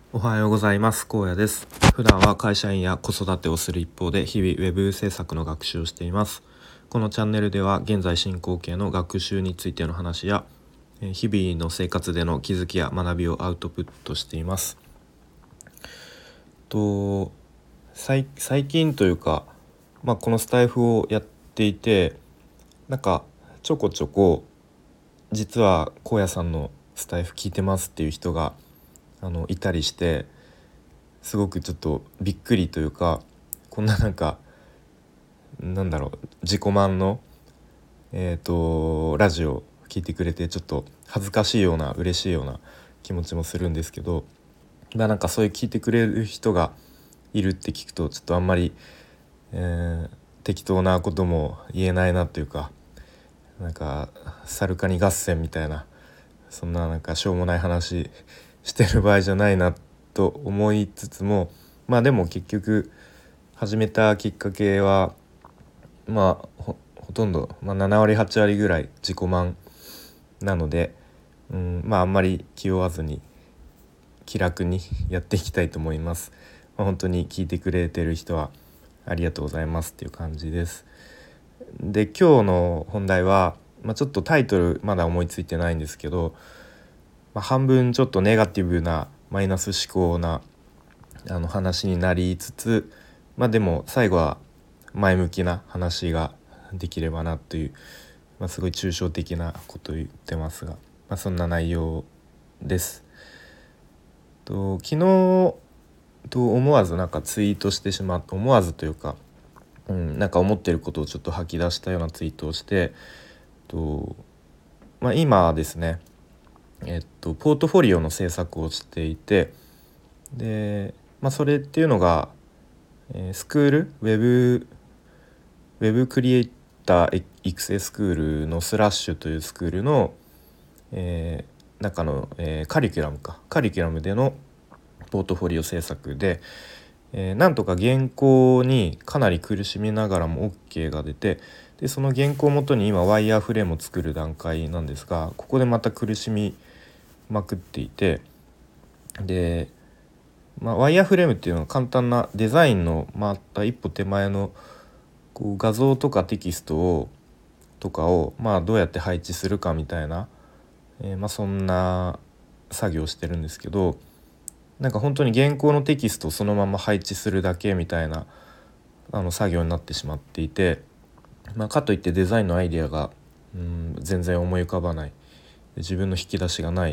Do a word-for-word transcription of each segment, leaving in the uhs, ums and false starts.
おはようございます。荒野です。普段は会社員や子育てをする一方で日々ウェブ制作の学習をしています。このチャンネルでは現在進行形の学習についての話や日々の生活での気づきや学びをアウトプットしています。と最最近というか、まあ、このスタイフをやっていてなんかちょこちょこ実は荒野さんのスタイフ聞いてますっていう人があのいたりして、すごくちょっとびっくりというか、こんななんかなんだろう自己満のえっとラジオ聞いてくれてちょっと恥ずかしいような嬉しいような気持ちもするんですけど、まあなんかそういう聞いてくれる人がいるって聞くとちょっとあんまり、えー適当なことも言えないなというか、なんかサルカニ合戦みたいな、そんななんかしょうもない話してる場合じゃないなと思いつつも、まあでも結局始めたきっかけはまあ ほ, ほとんど、まあ、なな割はち割ぐらい自己満なので、うん、まああんまり気負わずに気楽にやっていきたいと思います。まあ、本当に聞いてくれてる人はありがとうございますっていう感じです。で今日の本題は、まあ、ちょっとタイトルまだ思いついてないんですけど、まあ、半分ちょっとネガティブなマイナス思考なあの話になりつつ、まあでも最後は前向きな話ができればなという、まあ、すごい抽象的なことを言ってますが、まあ、そんな内容です。と昨日と思わずなんかツイートしてしまって、思わずというか、うん、なんか思ってることをちょっと吐き出したようなツイートをして、と、まあ、今ですね、えっと、ポートフォリオの制作をしていて、で、まあ、それっていうのが、えースクールウェブウェブクリエイター育成スクールのスラッシュというスクールの、えー中の、えーカリキュラムかカリキュラムでのポートフォリオ制作で、えーなんとか原稿にかなり苦しみながらも OK が出て、でその原稿をもとに今ワイヤーフレームを作る段階なんですが、ここでまた苦しみまくっていて、で、まあ、ワイヤーフレームっていうのは簡単なデザインのまた一歩手前のこう画像とかテキストをとかを、まあ、どうやって配置するかみたいな、えーまあ、そんな作業をしてるんですけど、なんか本当に原稿のテキストをそのまま配置するだけみたいなあの作業になってしまっていて、まあ、かといってデザインのアイデアがうん全然思い浮かばない、自分の引き出しがない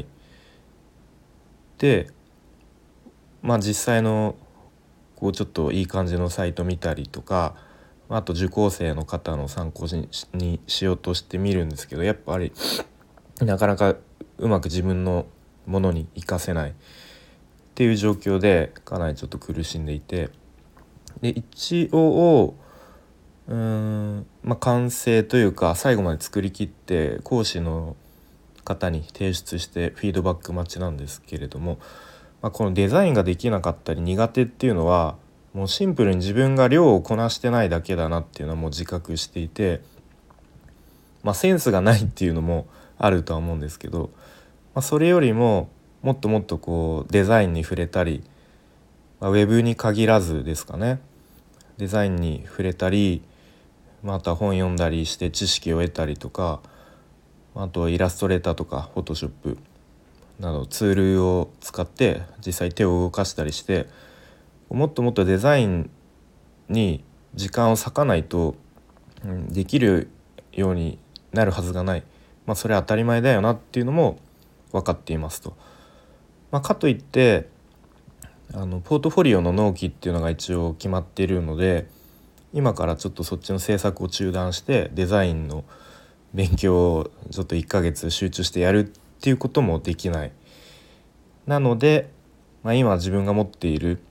で、まあ、実際のこうちょっといい感じのサイト見たりとか、あと受講生の方の参考に し, にしようとしてみるんですけど、やっぱりなかなかうまく自分のものに活かせないっていう状況でかなりちょっと苦しんでいて、で一応うーん、まあ、完成というか最後まで作り切って講師の方に提出してフィードバック待ちなんですけれども、まあ、このデザインができなかったり苦手っていうのはもうシンプルに自分が量をこなしてないだけだなっていうのはもう自覚していて、まあ、センスがないっていうのもあるとは思うんですけど、まあ、それよりももっともっとこうデザインに触れたり、まあ、ウェブに限らずですかね、デザインに触れたり、また本読んだりして知識を得たりとか、あとはイラストレーターとかフォトショップなどツールを使って実際手を動かしたりして、もっともっとデザインに時間を割かないと、うん、できるようになるはずがない、まあ、それは当たり前だよなっていうのも分かっていますと。まあ、かといってあのポートフォリオの納期っていうのが一応決まっているので、今からちょっとそっちの制作を中断してデザインの勉強をちょっといっかげつ集中してやるっていうこともできない。なので、まあ、今自分が持っている、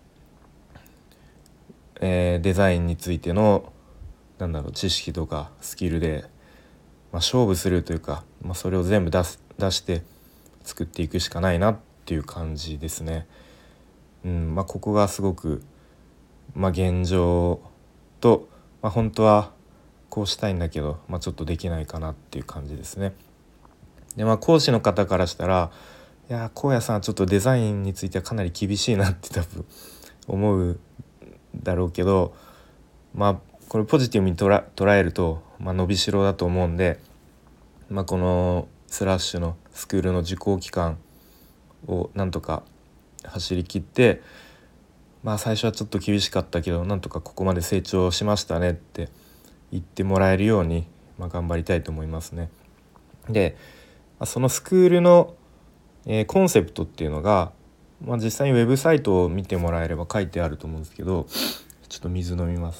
えーデザインについてのなんだろう知識とかスキルで、まあ、勝負するというか、まあ、それを全部出す出して作っていくしかないなっていう感じですね。うんまあ、ここがすごく、まあ、現状と、まあ、本当はこうしたいんだけど、まあ、ちょっとできないかなっていう感じですね。で、まあ、講師の方からしたらいやー荒野さんはちょっとデザインについてはかなり厳しいなって多分思うだろうけど、まあこれポジティブに捉捉えると、まあ、伸びしろだと思うんで、まあ、このスラッシュのスクールの受講期間をなんとか走り切って、まあ最初はちょっと厳しかったけどなんとかここまで成長しましたねって言ってもらえるように、まあ、頑張りたいと思いますね。で、まあそのスクールの、えーコンセプトっていうのが、まあ、実際にウェブサイトを見てもらえれば書いてあると思うんですけど、ちょっと水飲みます。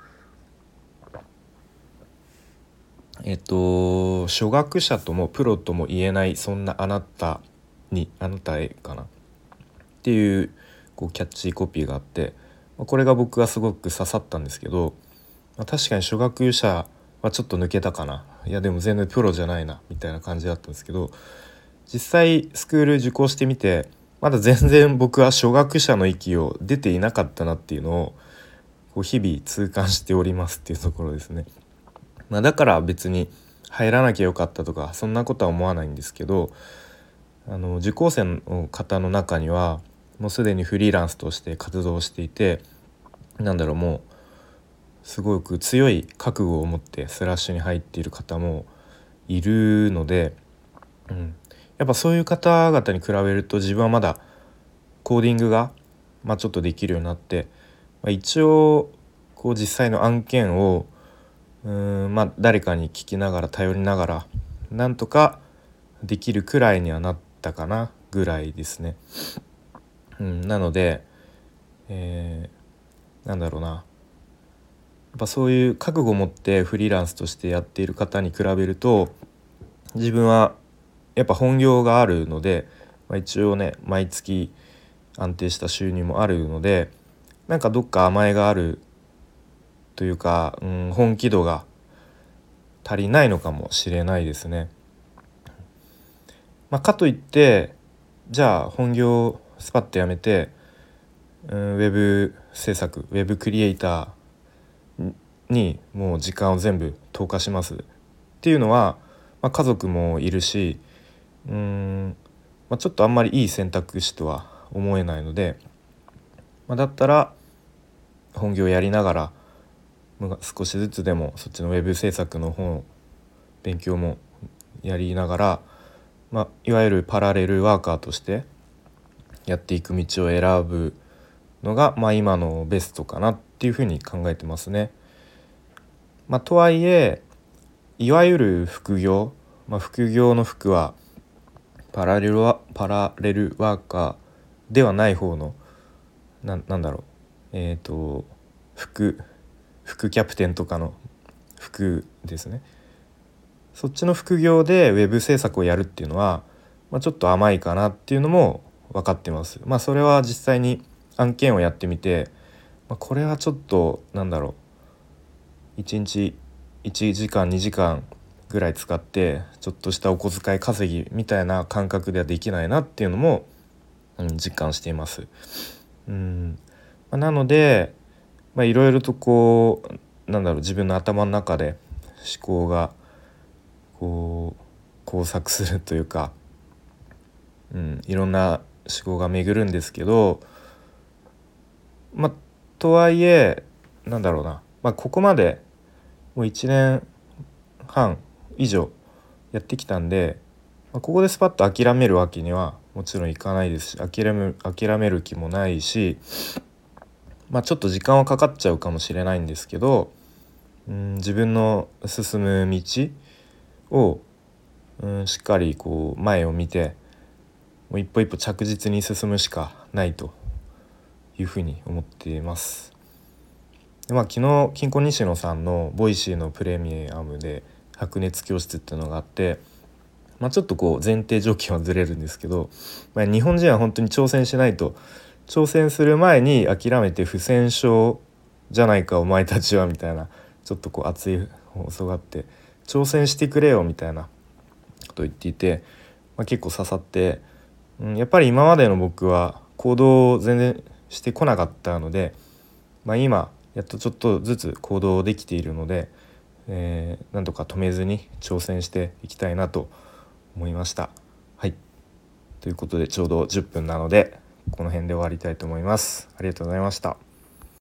えっと初学者ともプロとも言えないそんなあなたにあなたへかなっていう、こうキャッチコピーがあって、まあこれが僕はすごく刺さったんですけど、まあ、確かに初学者はちょっと抜けたかな、いやでも全然プロじゃないなみたいな感じだったんですけど、実際スクール受講してみてまだ全然僕は初学者の域を出ていなかったなっていうのをこう日々痛感しておりますっていうところですね。まあ、だから別に入らなきゃよかったとかそんなことは思わないんですけど、あの受講生の方の中にはもうすでにフリーランスとして活動していて、なんだろう、もうすごく強い覚悟を持ってスラッシュに入っている方もいるので、うん、やっぱそういう方々に比べると自分はまだコーディングが、まあ、ちょっとできるようになって、まあ、一応こう実際の案件をうーん、まあ、誰かに聞きながら頼りながらなんとかできるくらいにはなったかなぐらいですね。うん、なので、えー、なんだろうな、やっぱそういう覚悟を持ってフリーランスとしてやっている方に比べると自分はやっぱ本業があるので、まあ、一応ね毎月安定した収入もあるので、なんかどっか甘えがあるというか、うん、本気度が足りないのかもしれないですね。まあ、かといってじゃあ本業をスパッとやめて、うん、ウェブ制作ウェブクリエイターにもう時間を全部投下しますっていうのは、まあ、家族もいるし、うーん、まあ、ちょっとあんまりいい選択肢とは思えないので、まあ、だったら本業やりながら少しずつでもそっちのウェブ制作の方勉強もやりながら、まあ、いわゆるパラレルワーカーとしてやっていく道を選ぶのが、まあ、今のベストかなっていうふうに考えてますね。まあ、とはいえいわゆる副業、まあ、副業の副はパラレルワ、パラレルワーカーではない方のな、なんだろう、えっと副副キャプテンとかの副ですね。そっちの副業でウェブ制作をやるっていうのは、まあ、ちょっと甘いかなっていうのも分かってます。まあそれは実際に案件をやってみて、まあ、これはちょっとなんだろう、いちにちいちじかんにじかんぐらい使ってちょっとしたお小遣い稼ぎみたいな感覚ではできないなっていうのも、うん、実感しています。うん、まあ、なのでまあいろいろとこうなんだろう、自分の頭の中で思考がこう交錯するというか、うん、いろんな思考が巡るんですけど、まあとはいえなんだろうな、まあ、ここまでもういちねんはん以上やってきたんで、まあ、ここでスパッと諦めるわけにはもちろんいかないですし、諦め、諦める気もないし、まあ、ちょっと時間はかかっちゃうかもしれないんですけど、うん、自分の進む道を、うん、しっかりこう前を見てもう一歩一歩着実に進むしかないというふうに思っています。で、まあ、昨日金庫西野さんのボイシーのプレミアムで白熱教室っていうのがあって、まあ、ちょっとこう前提条件はずれるんですけど、まあ、日本人は本当に挑戦しないと、挑戦する前に諦めて不戦勝じゃないかお前たちはみたいな、ちょっとこう熱い放送があって、挑戦してくれよみたいなことを言っていて、まあ、結構刺さって、うん、やっぱり今までの僕は行動を全然してこなかったので、まあ、今やっとちょっとずつ行動できているので、えー、なんとか止めずに挑戦していきたいなと思いました。はい。 ということでちょうどじゅっぷんなのでこの辺で終わりたいと思います。ありがとうございました。